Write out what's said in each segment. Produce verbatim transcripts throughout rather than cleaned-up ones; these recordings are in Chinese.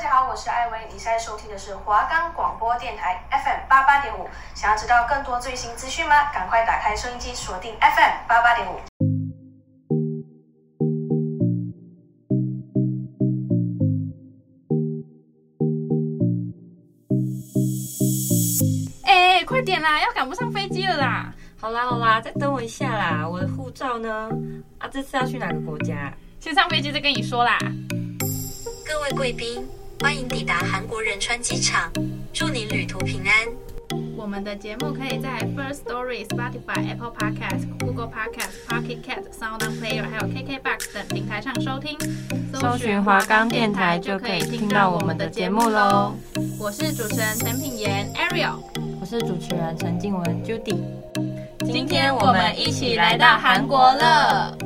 家好，我是艾薇，你现在收听的是华冈广播电台 F M 八八点五。想要知道更多最新资讯吗？赶快打开收音机，锁定 F M 八八点五。 哎，快点啦，要赶不上飞机了啦！ 好啦好啦，再等我一下啦，我的护照呢？啊，这次要去哪个国家？ 先上飞机再跟你说啦。 各位贵宾，欢迎抵达韩国仁川机场，祝您旅途平安。 我们的节目可以在 First Story、Spotify、Apple Podcast、Google Podcast、Pocket Cast、SoundOn Player 还有 K K B O X 等平台上收听。 搜寻华冈电台就可以听到我们的节目咯。 我是主持人陈品妍 Ariel， 我是主持人陈静文 Judy。 今天我们一起来到韩国了。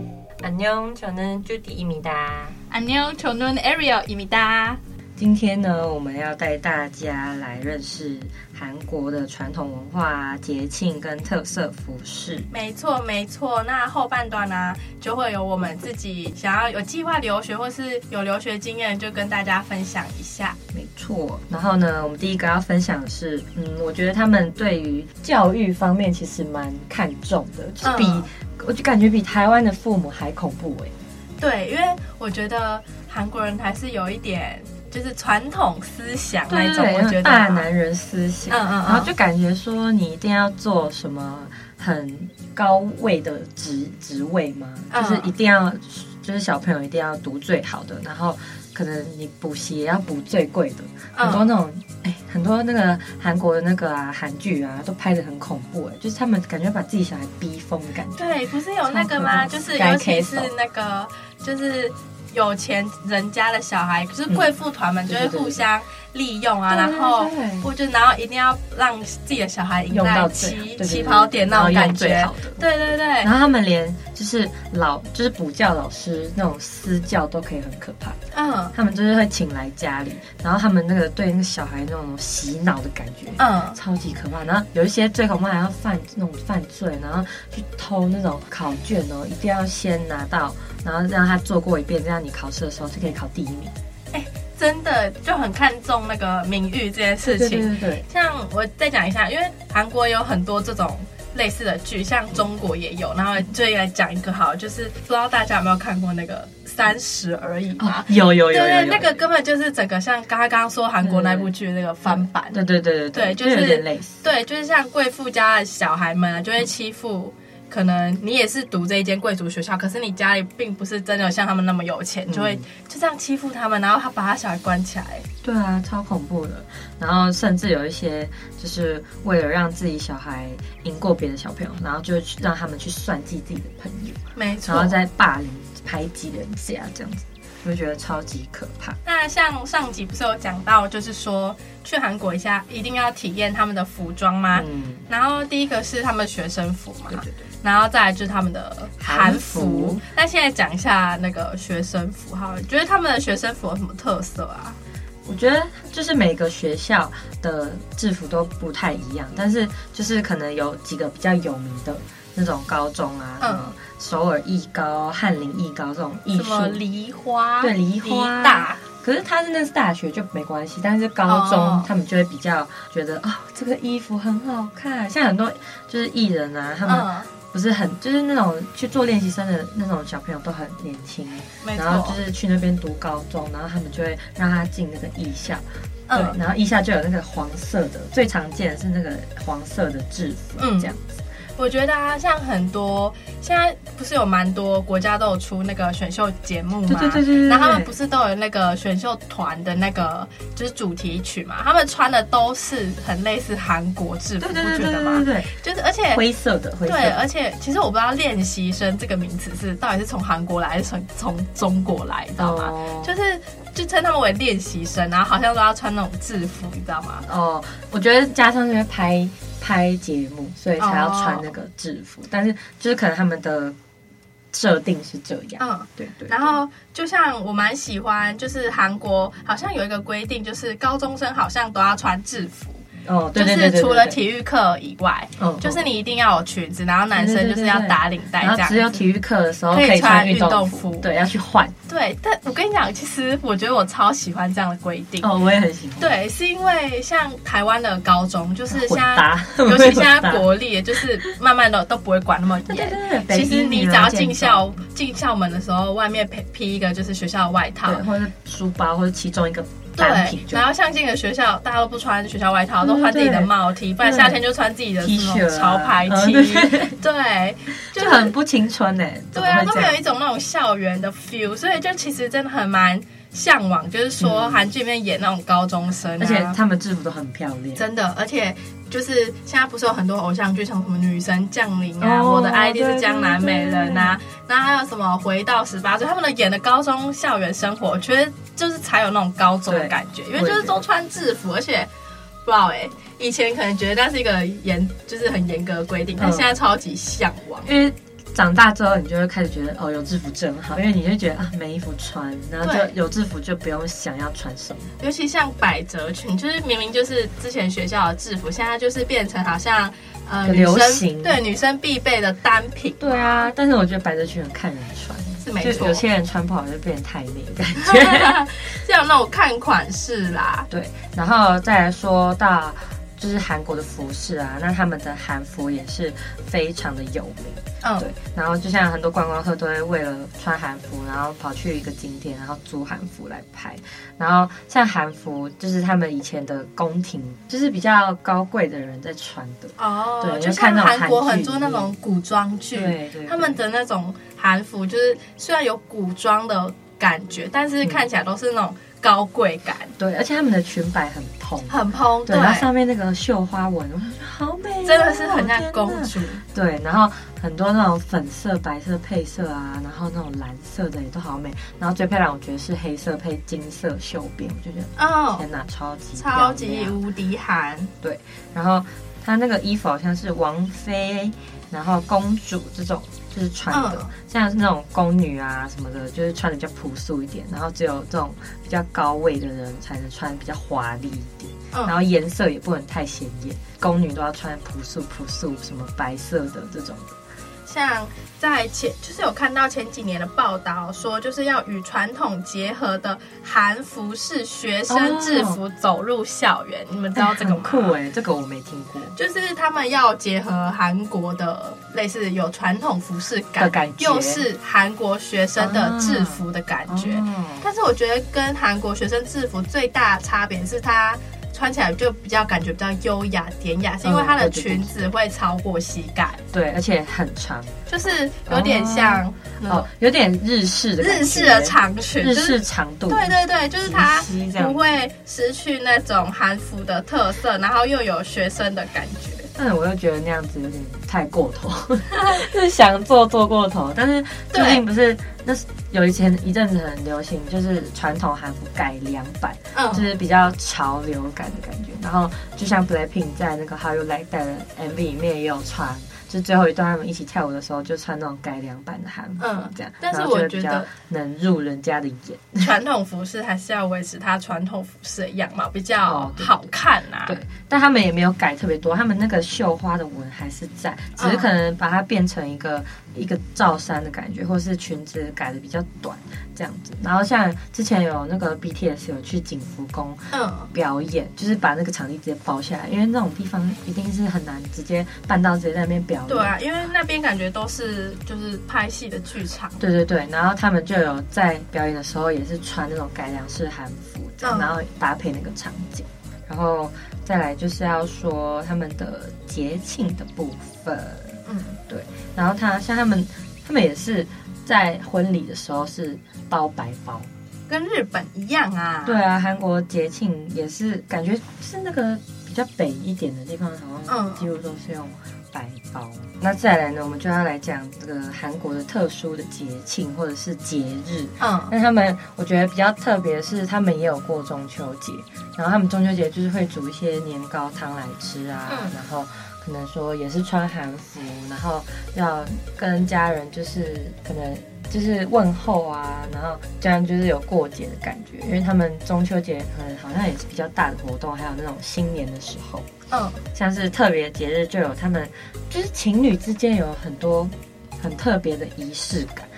안녕，저는 Judy입니다。 안녕，저는 Ariel입니다。 今天呢，我们要带大家来认识韩国的传统文化、节庆跟特色服饰。 没错，没错。那后半段呢、啊，就会有我们自己想要有计划留学或是有留学经验，就跟大家分享一下。 没错。然后呢，我们第一个要分享的是，嗯，我觉得他们对于教育方面其实蛮看重的，就是比、嗯、我就感觉比台湾的父母还恐怖哎、欸。 对，因为我觉得韩国人还是有一点。就是传统思想那种，我觉得大男人思想， 嗯嗯嗯， 然后就感觉说你一定要做什么很高位的职职位嘛、嗯，就是一定要，就是小朋友一定要读最好的，然后可能你补习也要补最贵的，嗯、很多那种哎，很多那个韩国的那个啊韩剧啊都拍得很恐怖哎，就是他们感觉把自己小孩逼疯的感觉。 对，不是有那个吗？就是尤其是那个就是。有钱人家的小孩，就是贵妇团们就会互相利用啊，嗯、然后我就然后一定要让自己的小孩赢在起起跑点那种感觉，对对对。 然后他们连就是老就是补教老师那种私教都可以很可怕，嗯，他们就是会请来家里，然后他们那个对那个小孩那种洗脑的感觉，嗯，超级可怕。然后有一些最恐怖还要犯那种犯罪，然后去偷那种考卷哦，一定要先拿到。然后让他做过一遍，这样你考试的时候就可以考第一名。 哎，真的就很看重那个名誉这件事情。 对对对对。 像我再讲一下，因为韩国有很多这种类似的剧，像中国也有。然后这里来讲一个好，就是不知道大家有没有看过那个《三十而已》嘛、 哦？有有有有。 对对，那个根本就是整个像刚刚刚说韩国那部剧那个翻版。 对对对对对，就是有点类似。 对，就是像贵妇家的小孩们啊，就会欺负。可能你也是读这一间贵族学校，可是你家里并不是真的像他们那么有钱，嗯、就会就这样欺负他们，然后他把他小孩关起来。 对啊，超恐怖的。然后甚至有一些就是为了让自己小孩赢过别的小朋友，然后就让他们去算计自己的朋友， 没错， 然后再霸凌排挤人家这样子。就觉得超级可怕。 那像上集不是有讲到，就是说去韩国一下一定要体验他们的服装吗？嗯。然后第一个是他们的学生服嘛， 对对对。 然后再来就是他们的韩服。那现在讲一下那个学生服好了，觉得他们的学生服有什么特色啊？ 我觉得就是每个学校的制服都不太一样，但是就是可能有几个比较有名的那种高中啊，嗯，首尔艺高、翰林艺高这种艺术，什么梨花， 对梨花梨大， 可是他是那是大学就没关系，但是高中、哦、他们就会比较觉得啊、哦，这个衣服很好看，像很多就是艺人啊，他们。嗯不是很，就是那种去做练习生的那种小朋友都很年轻，然后就是去那边读高中，然后他们就会让他进那个艺校，对，嗯、然后艺校就有那个黄色的，最常见的是那个黄色的制服，嗯，这样子。 我觉得啊，像很多现在不是有蛮多国家都有出那个选秀节目嘛， 对对对 对, 对。 然后他们不是都有那个选秀团的那个就是主题曲嘛？他们穿的都是很类似韩国制服，不觉得吗？ 对对对， 就是而且灰色的，灰色的。 对，而且其实我不知道练习生这个名词是到底是从韩国来还是从从中国来，你知道吗？哦、就是就称他们为练习生，然后好像都要穿那种制服，你知道吗？ 哦，我觉得加上这边拍。拍节目，所以才要穿那个制服， oh. 但是就是可能他们的设定是这样，嗯，对 对, 对。 然后就像我蛮喜欢，就是韩国好像有一个规定，就是高中生好像都要穿制服。 哦，对对对对对， 就是除了体育课以外，哦，就是你一定要有裙子，然后男生就是要打领带这样子， 然后只有体育课的时候可以穿运动服， 对，要去换。 对，但我跟你讲，其实我觉得我超喜欢这样的规定。 哦，我也很喜欢。 对，是因为像台湾的高中，就是现在， 尤尤其现在国立，就是慢慢的都不会管那么严。 对对对， 其实你只要进校进校门的时候，外面披一个就是学校的外套， 对，或者书包，或者其中一个。 对，然后像进了学校，大家都不穿学校外套，都穿自己的帽 T， 不然夏天就穿自己的 T 恤、 潮牌 T， 对， 就很不青春哎。 对啊，都没有一种那种校园的 feel， 所以就其实真的很蛮向往，就是说韩剧里面演那种高中生， 而且他们制服都很漂亮， 真的，而且。就是现在不是有很多偶像剧，像什么女神降临啊，哦、我的 I D 是江南美人啊，然后还有什么回到十八岁，他们的演的高中校园生活，我觉得就是才有那种高中的感觉，因为就是都穿制服，而且不知道哎、欸，以前可能觉得那是一个严，就是很严格的规定，但现在超级向往， 因为。长大之后，你就会开始觉得哦，有制服真好，因为你就觉得啊，没衣服穿，然后就有制服就不用想要穿什么。 尤其像百褶裙，就是明明就是之前学校的制服，现在就是变成好像呃流行， 女生对女生必备的单品。 对啊，但是我觉得百褶裙很看人穿， 是没错。 有些人穿不好就变得太美感觉。 这样那种看款式啦， 对，然后再来说到。就是韩国的服饰啊，那他们的韩服也是非常的有名，嗯，对。然后就像很多观光客都会为了穿韩服，然后跑去一个景点，然后租韩服来拍。然后像韩服，就是他们以前的宫廷，就是比较高贵的人在穿的。哦，对， 就像韩国很多那种古装剧，对对，他们的那种韩服就是虽然有古装的感觉，但是看起来都是那种。高贵感， 对，而且他们的裙摆很蓬， 很蓬， 对，然后上面那个绣花纹，我觉得好美、哦， 真的是很像公主。 对，然后很多那种粉色、白色配色啊，然后那种蓝色的也都好美。然后最漂亮，我觉得是黑色配金色绣边，我就觉得哦，天哪，超级超级无敌韩。 对，然后他那个衣服好像是王妃，然后公主这种。就是穿的，嗯、像是那种宫女啊什么的，就是穿的比较朴素一点，然后只有这种比较高位的人才能穿比较华丽一点，嗯、然后颜色也不能太显眼，宫女都要穿朴素朴素，什么白色的这种的。 像在前就是有看到前几年的报道说，就是要与传统结合的韩服式学生制服走入校园，哦、你们知道这个吗？ 很酷哎，这个我没听过。 就是他们要结合韩国的类似有传统服饰感的感觉，又是韩国学生的制服的感觉。哦、但是我觉得跟韩国学生制服最大的差别是它。穿起来就比较感觉比较优雅典雅，是因为它的裙子会超过膝盖， 对，而且很长， 就是有点像哦，哦有点日式的日式的长裙， 日式长度， 对对对，就是它不会失去那种韩服的特色，然后又有学生的感觉。 但是我又觉得那样子有点太过头，就是想做做过头。但是最近不是那有以前一阵子很流行，就是传统韩服改良版，嗯，就是比较潮流感的感觉。然后就像 Blackpink 在那个 How You Like That 的 M V 里面也有穿。就最后一段他们一起跳舞的时候，就穿那种改良版的韩服，嗯，这样。 但是我觉得能入人家的眼。 传统服饰还是要维持它传统服饰的样貌，比较好看啊。 对，但他们也没有改特别多，他们那个绣花的纹还是在，只是可能把它变成一个、嗯、一个罩衫的感觉，或是裙子改的比较短这样子。然后像之前有那个 B T S 有去景福宫表演，嗯、就是把那个场地直接包下来，因为那种地方一定是很难直接办到直接在那边表演。 对啊，因为那边感觉都是就是拍戏的剧场。 对对对，然后他们就有在表演的时候也是穿那种改良式韩服，嗯、然后搭配那个场景。然后再来就是要说他们的节庆的部分，嗯，对。然后他像他们，他们也是在婚礼的时候是包白包， 跟日本一样啊。 对啊，韩国节庆也是感觉是那个比较北一点的地方，好像几乎都是用白包。嗯、那再来呢，我们就要来讲这个韩国的特殊的节庆或者是节日。嗯，那他们我觉得比较特别的是，他们也有过中秋节，然后他们中秋节就是会煮一些年糕汤来吃啊，嗯、然后可能说也是穿韩服，然后要跟家人就是可能。就是问候啊，然后这样就是有过节的感觉，因为他们中秋节可能好像也是比较大的活动，还有那种新年的时候，嗯，像是特别节日就有他们，就是情侣之间有很多很特别的仪式感，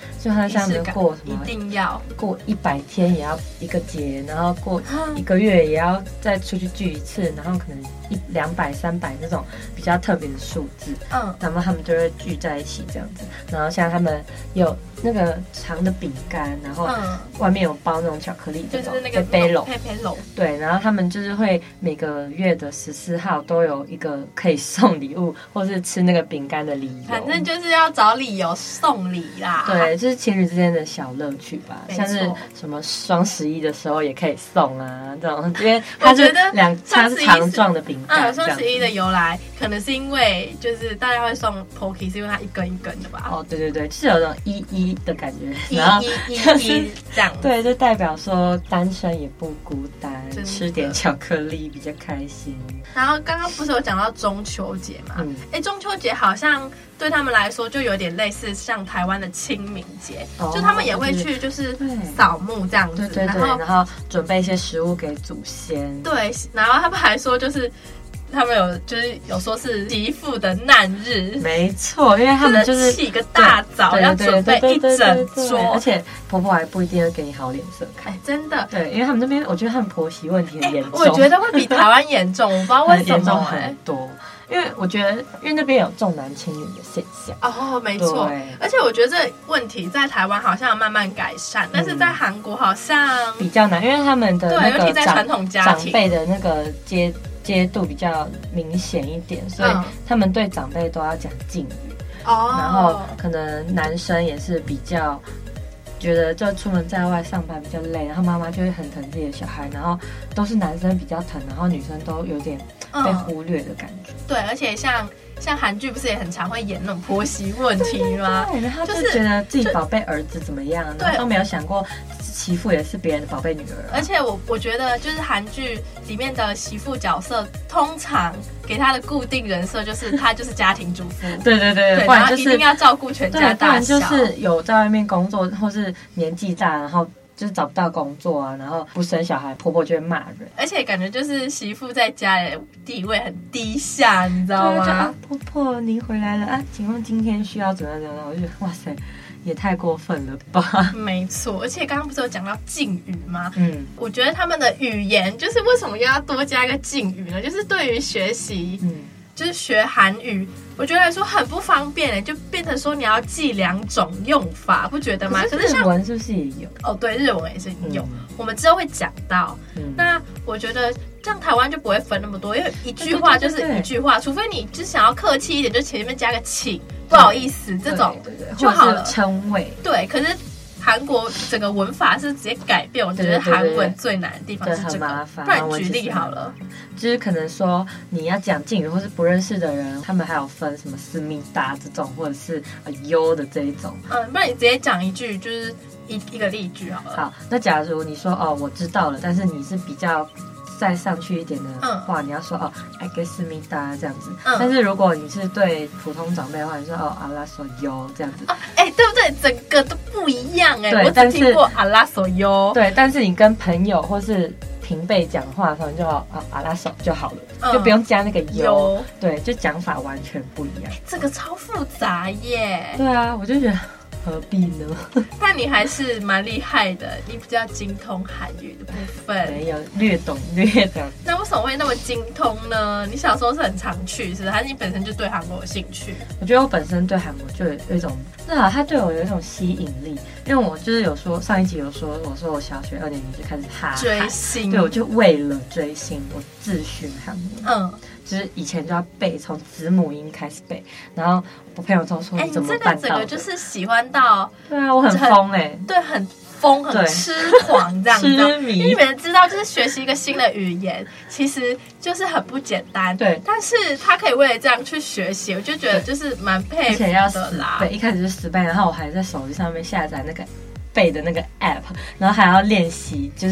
就他像能过什么一定要过一百天也要一个节，然后过一个月也要再出去聚一次，然后可能一两百三百这种比较特别的数字，嗯，然后他们就会聚在一起这样子。然后像他们有那个长的饼干，然后外面有包那种巧克力， 就是那个杯笼， 佩佩笼， 对，然后他们就是会每个月的十四号都有一个可以送礼物或是吃那个饼干的理由， 反正就是要找理由送礼啦。 对，就是情侣之间的小乐趣吧，像是什么双十一的时候也可以送啊，这种，因为它是两它是长状的饼干。 嗯，双十一的由来可能是因为就是大家会送 Pocky， 是因为它一根一根的吧？ 哦，对对对，是有种一一的感觉， 一一一一这样， 对，就代表说单身也不孤单，吃点巧克力比较开心。 然后刚刚不是有讲到中秋节嘛？嗯，哎，中秋节好像对他们来说就有点类似像台湾的清明节，哦、就他们也会去就是扫墓这样子， 对对对， 然后然后准备一些食物给祖先。 对，然后他们还说就是。他们有就是有说是媳妇的难日， 没错，因为他们就是起个大早要准备一整桌， 而且婆婆还不一定会给你好脸色看， 哎，真的， 对，因为他们那边我觉得他们婆媳问题很严重， 我觉得会比台湾严重，我不知道为什么， 严重很多。因为我觉得，因为那边有重男轻女的现象哦，没错，而且我觉得这问题在台湾好像慢慢改善，但是在韩国好像比较难，因为他们的那个传统家庭长辈的那个阶阶度比较明显一点，所以他们对长辈都要讲敬语哦，然后可能男生也是比较。觉得就出门在外上班比较累，然后妈妈就会很疼自己的小孩，然后都是男生比较疼，然后女生都有点被忽略的感觉。 嗯、对，而且像像韩剧不是也很常会演那种婆媳问题吗？ 对，然后就是觉得自己宝贝儿子怎么样，然后都没有想过媳妇也是别人的宝贝女儿、啊。 而且我我觉得就是韩剧里面的媳妇角色，通常给她的固定人设就是她就是家庭主妇， 对对对， 对，然后一定要照顾全家大小， 就是有在外面工作或是年纪大，然后。就是找不到工作啊，然后不生小孩，婆婆就会骂人， 而且感觉就是媳妇在家里的地位很低下，你知道吗？ 啊、婆婆您回来了啊，请问今天需要怎样怎样？我就觉得哇塞，也太过分了吧？ 没错，而且刚刚不是有讲到敬语吗？嗯，我觉得他们的语言就是为什么要多加一个敬语呢？就是对于学习，嗯。就是学韩语，我觉得来说很不方便哎，就变成说你要记两种用法，不觉得吗？ 可是日文是不是也有？ 哦，对，日文也是有，嗯、我们之后会讲到。嗯、那我觉得这样台湾就不会分那么多，因为一句话就是一句话，除非你就想要客气一点，就前面加个请，不好意思这种就好了， 称谓。 对，可是。韩国整个文法是直接改变，我觉得韩文最难的地方是这个，很麻烦。不然举例好了， 就是可能说你要讲敬语，或是不认识的人，他们还有分什么思密达这种，或者是呃优的这一种。 嗯，不然你直接讲一句，就是一一个例句好了。 好，那假如你说哦，我知道了，但是你是比较。再上去一点的话，嗯、你要说哦，爱给思密达这样子。嗯、但是如果你是对普通长辈的话，你说哦，阿拉索优这样子。 哎、哦，对不对？整个都不一样哎。我只听过阿拉索优。 对，但是你跟朋友或是平辈讲话的时候，你就哦阿拉索就好了，嗯、就不用加那个优。对，就讲法完全不一样。 这个超复杂耶。 对啊，我就觉得。何必呢？ 但你还是蛮厉害的，你比较精通韩语的部分， 没有略懂略懂。 那为什么会那么精通呢？你小时候是很常去，是不是？还是你本身就对韩国有兴趣？ 我觉得我本身对韩国就有一种，那好，它对我有一种吸引力，因为我就是有说上一集有说，我说我小学二年级就开始哈追星， 对，我就为了追星，我自学韩文，嗯。就是以前就要背，从子母音开始背，然后我朋友都说你怎么办到的？哎、欸，这个整个就是喜欢到， 对啊，我很疯哎、欸， 对，很疯，很痴狂这样子， 痴迷。 因为你们知道，就是学习一个新的语言，其实就是很不简单， 对。 但是他可以为了这样去学习，我就觉得就是蛮佩服的啦。 对，一开始就死背，然后我还在手机上面下载那个背的那个 app， 然后还要练习，就是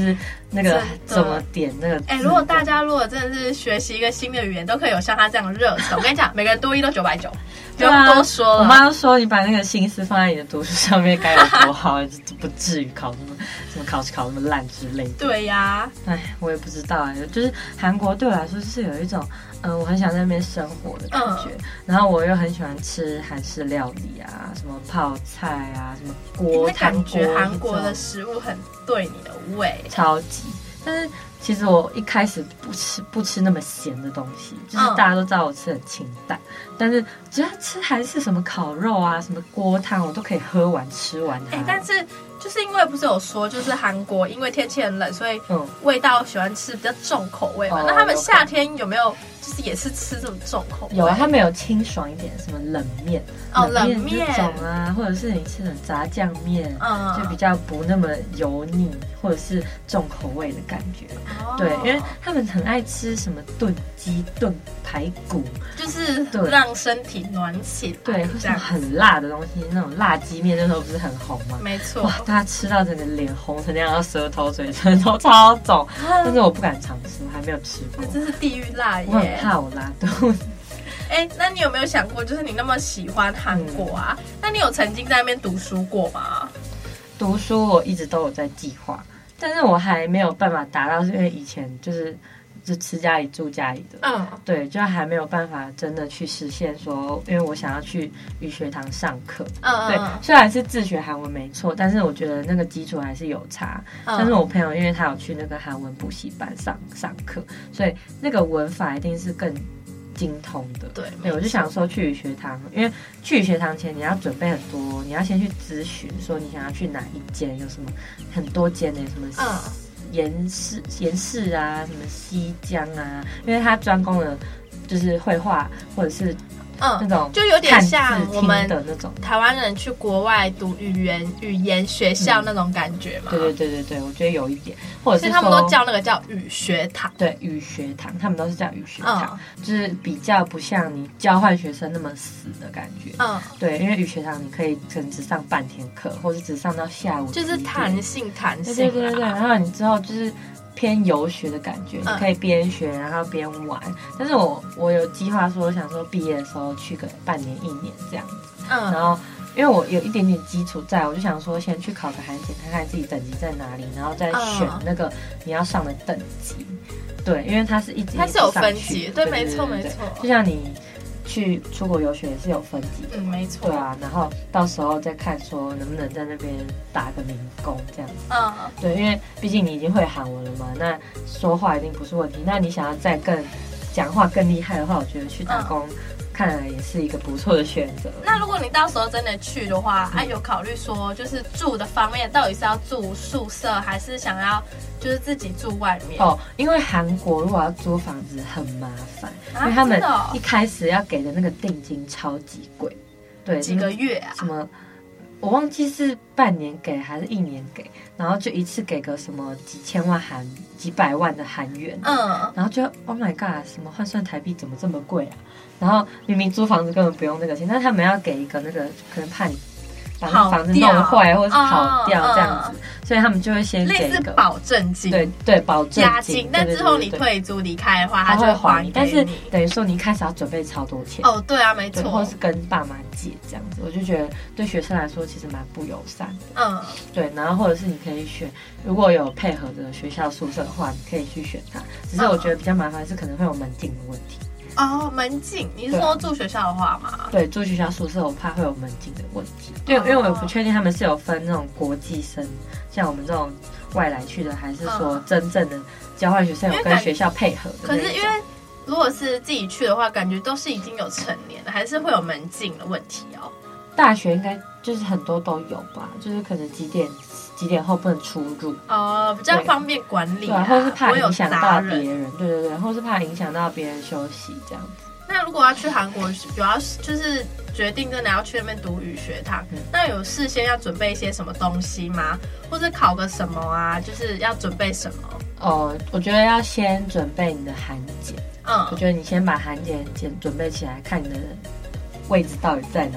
那个怎么点那个字。 哎、欸，如果大家如果真的是学习一个新的语言，都可以有像他这样的热忱，我跟你讲，每个人多一都九百九，不用多说了。 我妈都说你把那个心思放在你的读书上面，该有多好，不至于考什么什么考试考那么烂之类的。 对呀， 哎，我也不知道哎，就是韩国对我来说是有一种，嗯、呃，我很想在那边生活的感觉，嗯、然后我又很喜欢吃韩式料理啊，什么泡菜啊，什么锅汤锅。 感觉韩国的食物很对你的胃， 超级。但是其实我一开始不吃不吃那么咸的东西，就是大家都知道我吃很清淡，嗯、但是只要吃还是什么烤肉啊、什么锅汤，我都可以喝完吃完它。 哎、欸，但是就是因为不是有说，就是韩国因为天气很冷，所以味道喜欢吃比较重口味嘛。嗯、那他们夏天有没有就是也是吃这种重口味？ 有啊，他们有清爽一点，什么冷面哦，冷面这种啊，或者是你吃的炸酱面，嗯，就比较不那么油腻，或者是重口味的感觉。哦、对，因为他们很爱吃什么炖鸡、炖排骨， 就是让身体暖起来。 对，这样很辣的东西，那种辣鸡面那时候不是很红吗？ 没错， 哇，大家吃到整个脸红成那样，然后舌头、嘴唇都超肿，但是我不敢尝试，我还没有吃过。 这是地狱辣耶！ 我很怕我拉肚子。 哎，那你有没有想过，就是你那么喜欢韩国啊？嗯、那你有曾经在那边读书过吗？ 读书我一直都有在计划，但是我还没有办法达到，是因为以前就是就吃家里住家里的，嗯，对，就还没有办法真的去实现说，因为我想要去语学堂上课，嗯，对，虽然是自学韩文没错，但是我觉得那个基础还是有差。嗯、但是我朋友因为他有去那个韩文补习班上上课，所以那个文法一定是更精通的。 对， 对，我就想说去语学堂，因为去语学堂前你要准备很多，你要先去咨询说你想要去哪一间，有什么很多间的，什么嗯。延世、延世啊，什么西江啊，因为他专攻的就是绘画或者是嗯那种就有点像我们的那种台湾人去国外读语言语言学校那种感觉嘛。 嗯、对对对对对，我觉得有一点，或者是他们都叫那个叫语学堂。 对，语学堂，他们都是叫语学堂，嗯、就是比较不像你交换学生那么死的感觉。嗯，对，因为语学堂你可以可能只上半天课，或者只上到下午， 就是弹性弹性。 对对对对，然后你之后就是偏游学的感觉，你可以边学然后边玩。但是我我有计划说，我想说毕业的时候去个半年一年这样子。嗯，然后因为我有一点点基础在，我就想说先去考个韩检，看看自己等级在哪里，然后再选那个你要上的等级。对，因为它是一级， 它是有分级，对，没错没错。 就像你去出国游学也是有分级的， 嗯，没错。 对啊，然后到时候再看说能不能在那边打个民工这样子。嗯，对，因为毕竟你已经会韩文了嘛，那说话一定不是问题。那你想要再更讲话更厉害的话，我觉得去打工。嗯看来也是一个不错的选择。 那如果你到时候真的去的话，嗯、啊，有考虑说就是住的方面，到底是要住宿舍，还是想要就是自己住外面？ 哦，因为韩国如果要租房子很麻烦，啊、因为他们一开始要给的那个定金超级贵，对， 几个月啊？ 什么？我忘记是半年给还是一年给，然后就一次给个什么几千万韩几百万的韩元，嗯，然后就 Oh my God， 什么换算台币怎么这么贵啊？然后明明租房子根本不用那个钱，但是他们要给一个那个可能怕你把房子弄坏或者是跑掉这样子，嗯、所以他们就会先给一个类似保证金， 对对，保证金押金。但之后你退租离开的话，他就会还你。 但是等于说你一开始要准备超多钱。 哦，对啊，没错。 或是跟爸妈借这样子，我就觉得对学生来说其实蛮不友善的。嗯，对。然后或者是你可以选，如果有配合的学校宿舍的话，你可以去选它。只是我觉得比较麻烦是可能会有门禁的问题。 哦，门禁，你是说住学校的话吗？ 对，住学校宿舍我怕会有门禁的问题。对，因为我不确定他们是有分那种国际生，像我们这种外来去的，还是说真正的交换学生有跟学校配合的。 可是因为如果是自己去的话，感觉都是已经有成年了，还是会有门禁的问题哦。 大学应该就是很多都有吧，就是可能几点几点后不能出入哦，比较方便管理啊， 对，或是怕影响到别人，对对对，或是怕影响到别人休息这样子。 那如果要去韩国，有要就是决定真的要去那边读语学堂，嗯、那有事先要准备一些什么东西吗？或者考个什么啊？就是要准备什么？ 哦，我觉得要先准备你的韩检。嗯，我觉得你先把韩检检准备起来，看你的位置到底在哪里。以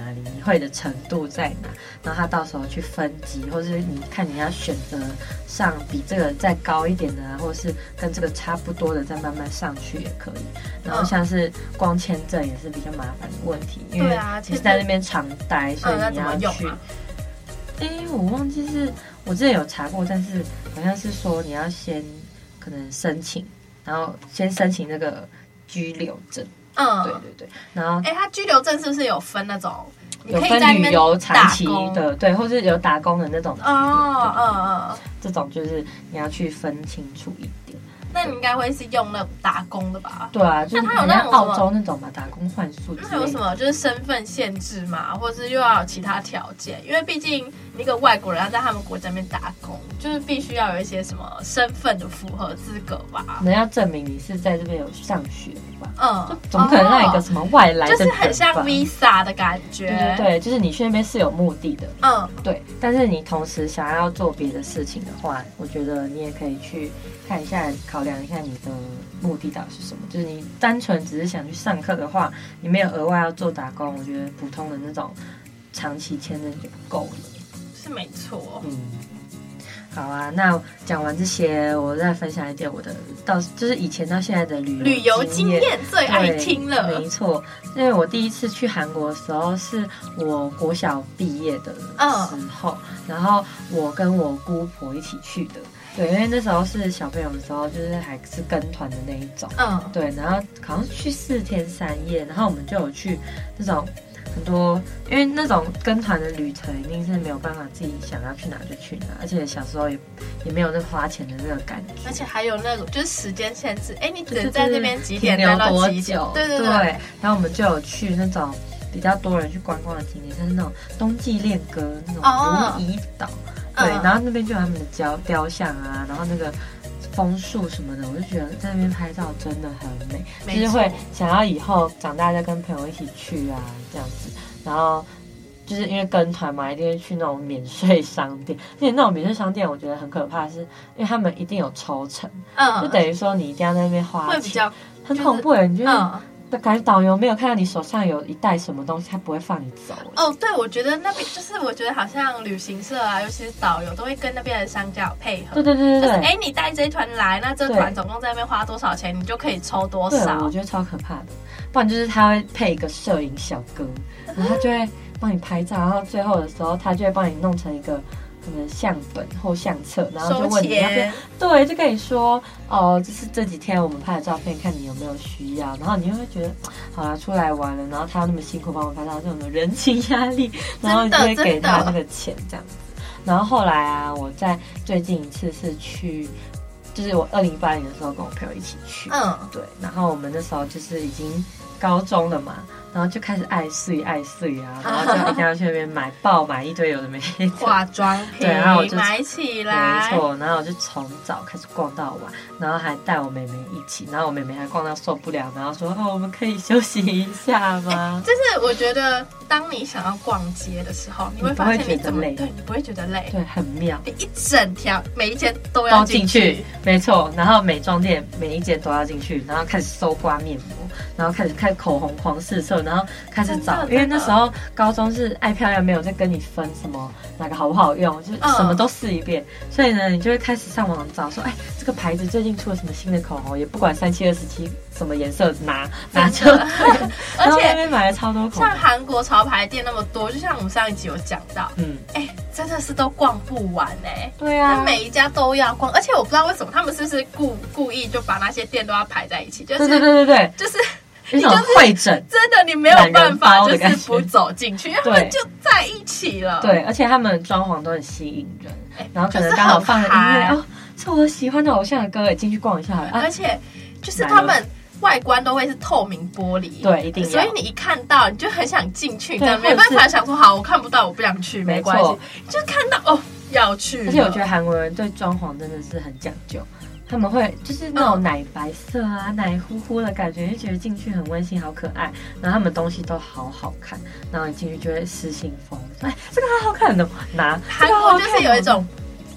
会的程度在哪，然后他到时候去分级，或是你看你要选择上比这个再高一点的啊，或是跟这个差不多的再慢慢上去也可以。然后像是光签证也是比较麻烦的问题，因为你是在那边常待，所以你要去。哎、嗯，我忘记是我之前有查过，但是好像是说你要先可能申请，然后先申请那个居留证。嗯，对对对。然后， 哎，他居留证是不是有分那种？ 有分旅游长期的，对，或是有打工的那种。哦，嗯嗯，这种就是你要去分清楚一点。 那你应该会是用那种打工的吧？ 对啊，就是他有那种澳洲那种嘛，打工换宿。 它有什么就是身份限制嘛，或者是又要有其他条件？因为毕竟一个外国人要在他们国家那边打工，就是必须要有一些什么身份的符合资格吧？ 人要证明你是在这边有上学吧？嗯，总不可能让一个什么外来的、哦， 就是很像 visa 的感觉。 对对对，就是你去那边是有目的的。嗯，对。但是你同时想要做别的事情的话，我觉得你也可以去看一下，考量一下你的目的到底是什么。就是你单纯只是想去上课的话，你没有额外要做打工，我觉得普通的那种长期签证就够了。 是没错。 嗯。好啊，那讲完这些，我再分享一点我的到就是以前到现在的旅游旅游经验，最爱听了。 没错，因为我第一次去韩国的时候是我国小毕业的时候，嗯、然后我跟我姑婆一起去的。对，因为那时候是小朋友的时候，就是还是跟团的那一种。嗯，对，然后好像去四天三夜，然后我们就有去那种。很多，因为那种跟团的旅程一定是没有办法自己想要去哪就去哪，而且小时候也也没有那花钱的那个感觉， 而且还有那种就是时间限制，哎，你只能在那边几点待到几点？对对 对, 对。 然后我们就有去那种比较多人去观光的景点，像是那种冬季恋歌那种如懿岛，哦、对，然后那边就有他们的雕雕像啊，然后那个。枫树什么的，我就觉得在那边拍照真的很美，就是会想要以后长大再跟朋友一起去啊，这样子。然后就是因为跟团嘛，一定会去那种免税商店，而且那种免税商店我觉得很可怕，是因为他们一定有抽成，嗯，就等于说你一定要在那边花钱， 会比较很恐怖哎，你觉得？嗯感觉导游没有看到你手上有一袋什么东西，他不会放你走。 哦，对，我觉得那边就是，我觉得好像旅行社啊，尤其是导游都会跟那边的商家有配合。 对对对对对。 就是哎，你带这一团来，那这团总共在那边花多少钱，你就可以抽多少。 对，我觉得超可怕的。不然就是他会配一个摄影小哥，然后他就会帮你拍照，然后最后的时候他就会帮你弄成一个。可能相本或相册，然后就问你要不要，对，就跟你说哦，这是这几天我们拍的照片，看你有没有需要，然后你就会觉得，好啦，出来玩了，然后他要那么辛苦帮我拍照，这种人情压力，然后你就会给他那个钱这样子。然后后来啊，我在最近一次是去，就是我二零一八年的时候跟我朋友一起去，嗯，对，然后我们那时候就是已经高中了嘛。然后就开始爱睡爱睡啊，然后就一定要去那边买爆买一堆有的没的化妆品， 对，然后我就买起来， 没错，然后我就从早开始逛到晚，然后还带我妹妹一起，然后我妹妹还逛到受不了，然后说哦，我们可以休息一下吗？ 就是我觉得，当你想要逛街的时候，你会发现你怎么累，对，你不会觉得累， 对，很妙， 你一整条每一间都要进去， 没错，然后美妆店每一间都要进去，然后开始搜刮面膜，然后开始开口红狂试色。然后开始找，因为那时候高中是爱漂亮，没有在跟你分什么哪个好不好用，就什么都试一遍。嗯、所以呢，你就会开始上网找说，哎，这个牌子最近出了什么新的口红，也不管三七二十七什么颜色拿拿就对。而且那边买了超多口红， 像韩国潮牌店那么多，就像我们上一集有讲到，嗯，哎，真的是都逛不完哎、欸。 对啊， 每一家都要逛，而且我不知道为什么他们是不是故故意就把那些店都要排在一起，就是对对对对对， 就是。 一种会诊， 真的你没有办法，就是不走进去，因为他们就在一起了。 对，而且他们装潢都很吸引人，欸、然后可能刚好放了音乐哦，是我喜欢的偶像的歌，也进去逛一下好了。 而且就是他们外观都会是透明玻璃， 对，一定要。 所以你一看到，你就很想进去，但没办法想说好，我看不到，我不想去，没关系，就看到哦要去。 而且我觉得韩国人对装潢真的是很讲究。他们会就是那种奶白色啊、嗯、奶乎乎的感觉，就觉得进去很温馨、好可爱。然后他们东西都好好看，然后你进去就会失心疯，哎，这个好好看的，拿。 韩国就是有一种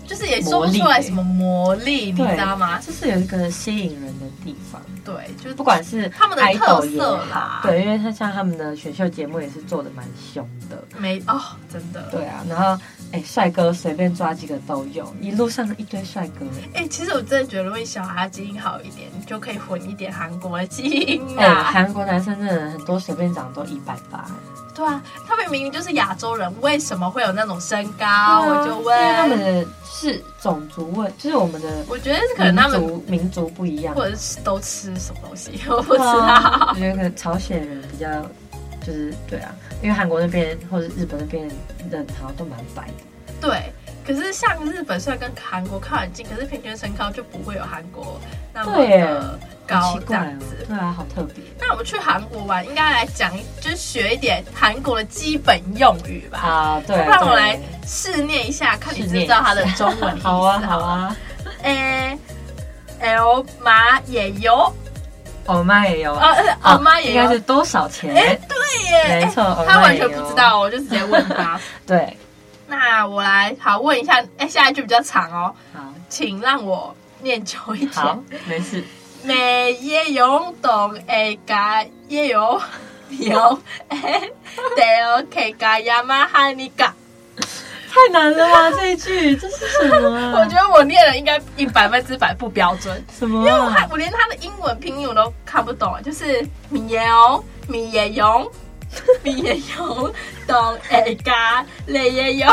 就是也说不出来什么魔力，你知道吗？ 就是有一个吸引人的地方。 对，就是不管是他们的特色啦， 对，因为他像他们的选秀节目也是做的蛮凶的， 没哦，真的。 对啊，然后哎，帅哥随便抓几个都有，一路上一堆帅哥。 哎，其实我真的觉得，如果小孩基因好一点，你就可以混一点韩国的基因啊。 哎，韩国男生真的很多，随便长都一百八。 对啊，他们明明就是亚洲人，为什么会有那种身高？啊、我就问， 因为他们的是种族问，就是我们的， 我觉得是可能他们民族不一样， 或者是都吃什么东西，我不知道。 我觉得可能朝鲜人比较，就是对啊，因为韩国那边或者日本那边人好像都蛮白的。 对，可是像日本虽然跟韩国靠很近，可是平均身高就不会有韩国那么的高这样子。 对啊，好特别。 那我们去韩国玩，应该来讲，就是学一点韩国的基本用语吧。 啊，对。 让我来试念一下，看你知不知道它的中文意思。 好啊，好啊。 诶 ，L 妈也有， 我妈也有啊，我妈也有， 应该是多少钱？ 哎，对耶， 没错， 他完全不知道，我就直接问他。 对。 那我来好问一下，哎，下一句比较长哦。 好， 请让我念久一点。 好，没事。 每夜用动诶嘎也有有诶得有 K 嘎亚马哈尼嘎， 太难了吧这一句，这是什么、啊？ 我觉得我念的应该一百分之百不标准。 什么、啊？ 因为我还我连他的英文拼音我都看不懂，就是米耶哦米耶用米耶用动诶嘎雷耶用。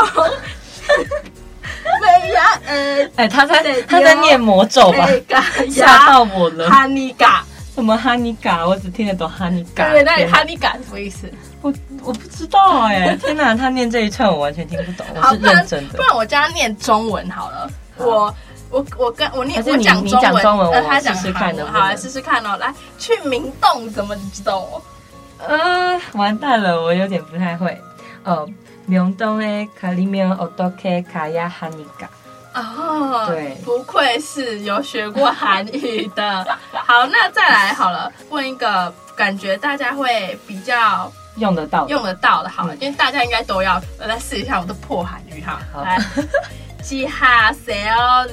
没呀，呃， 哎，他在他在念魔咒吧？吓到我了。 哈尼嘎， 什么哈尼嘎？我只听得懂哈尼嘎。 对，那哈尼嘎什么意思？ 我我不知道哎，天哪，他念这一串我完全听不懂，我是认真的。 不然我教他念中文好了。我我我跟我念我讲中文， 呃， 他讲试试看的。 好，来试试看哦。来，去明洞怎么知道哦？ 呃，完蛋了，我有点不太会。哦。明洞的卡里面奥多克卡亚哈尼嘎哦， 对， 不愧是有学过韩语的。好，那再来好了，问一个感觉大家会比较用得到、 用得到的，好了，嗯、因为大家应该都要。我来试一下我的破韩语哈，来，지하세요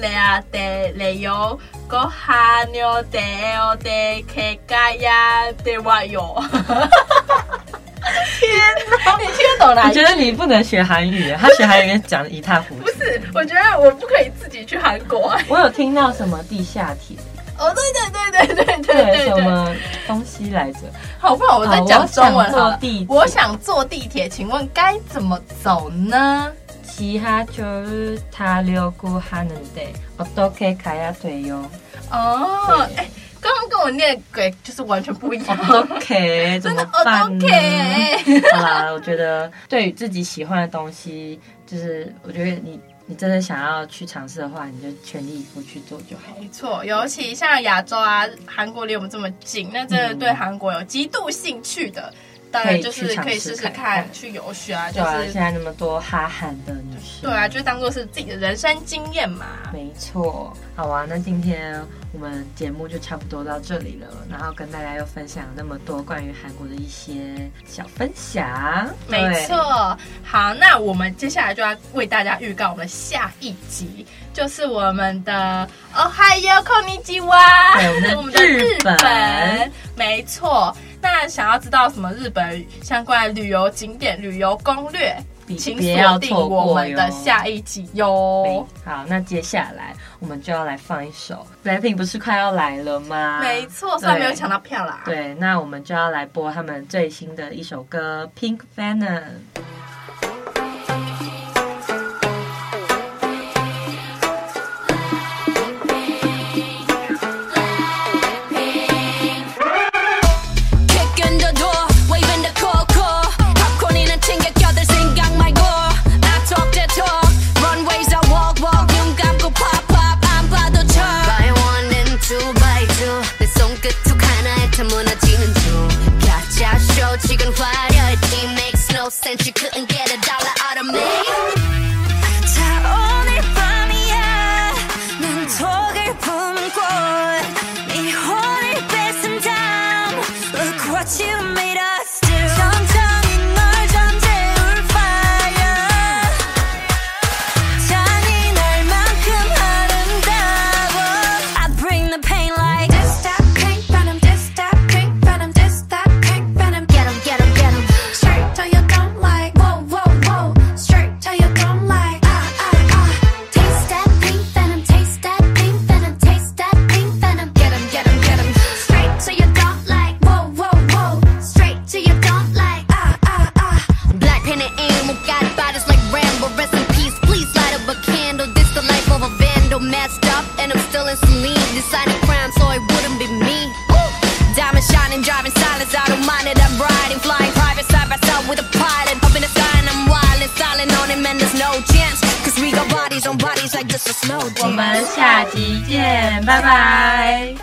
레아데레요고하뇨데오데케가야데와요。天哪，你听得懂哪？ 我觉得你不能学韩语，他学韩语讲的一塌糊涂。 不是，我觉得我不可以自己去韩国。 我有听到什么地下铁？ 哦，对对对对对对对， 什么东西来着？ 好，不然我再讲中文好了。 我想坐地铁，请问该怎么走呢？ 지하철 타려고 하는데 어떻게 가야 돼요? 哦，哎。刚刚跟我念给就是完全不一样。 OK， 怎么办呢？好啦，我觉得对于自己喜欢的东西，就是我觉得你你真的想要去尝试的话，你就全力以赴去做就好。 没错，尤其像亚洲啊，韩国离我们这么近，那真的对韩国有极度兴趣的。当然就是可以试试看去游学啊，就是、 啊、现在那么多哈韩的女生， 对啊，就当做是自己的人生经验嘛。 没错，好啊，那今天我们节目就差不多到这里了，然后跟大家又分享那么多关于韩国的一些小分享。 没错，好，那我们接下来就要为大家预告我们的下一集，就是我们的哦嗨哟こんにちは，我们的日本，没错。那想要知道什么日本相关的旅游景点、旅游攻略，请锁定我们的下一集哟。 好，那接下来我们就要来放一首 BLACKPINK 不是快要来了吗？ 没错，虽然没有抢到票啦。 对，那我们就要来播他们最新的一首歌《Pink Venom》。 Since you couldn't get a dollar out of me. 자 오늘 밤이야 난 독을 품은 꽃 네 혼을 뺏은 다음 Look what you made us do. 천천히 널 잠재울 fire 잔인할 만큼 so slow 我们下集见，拜拜。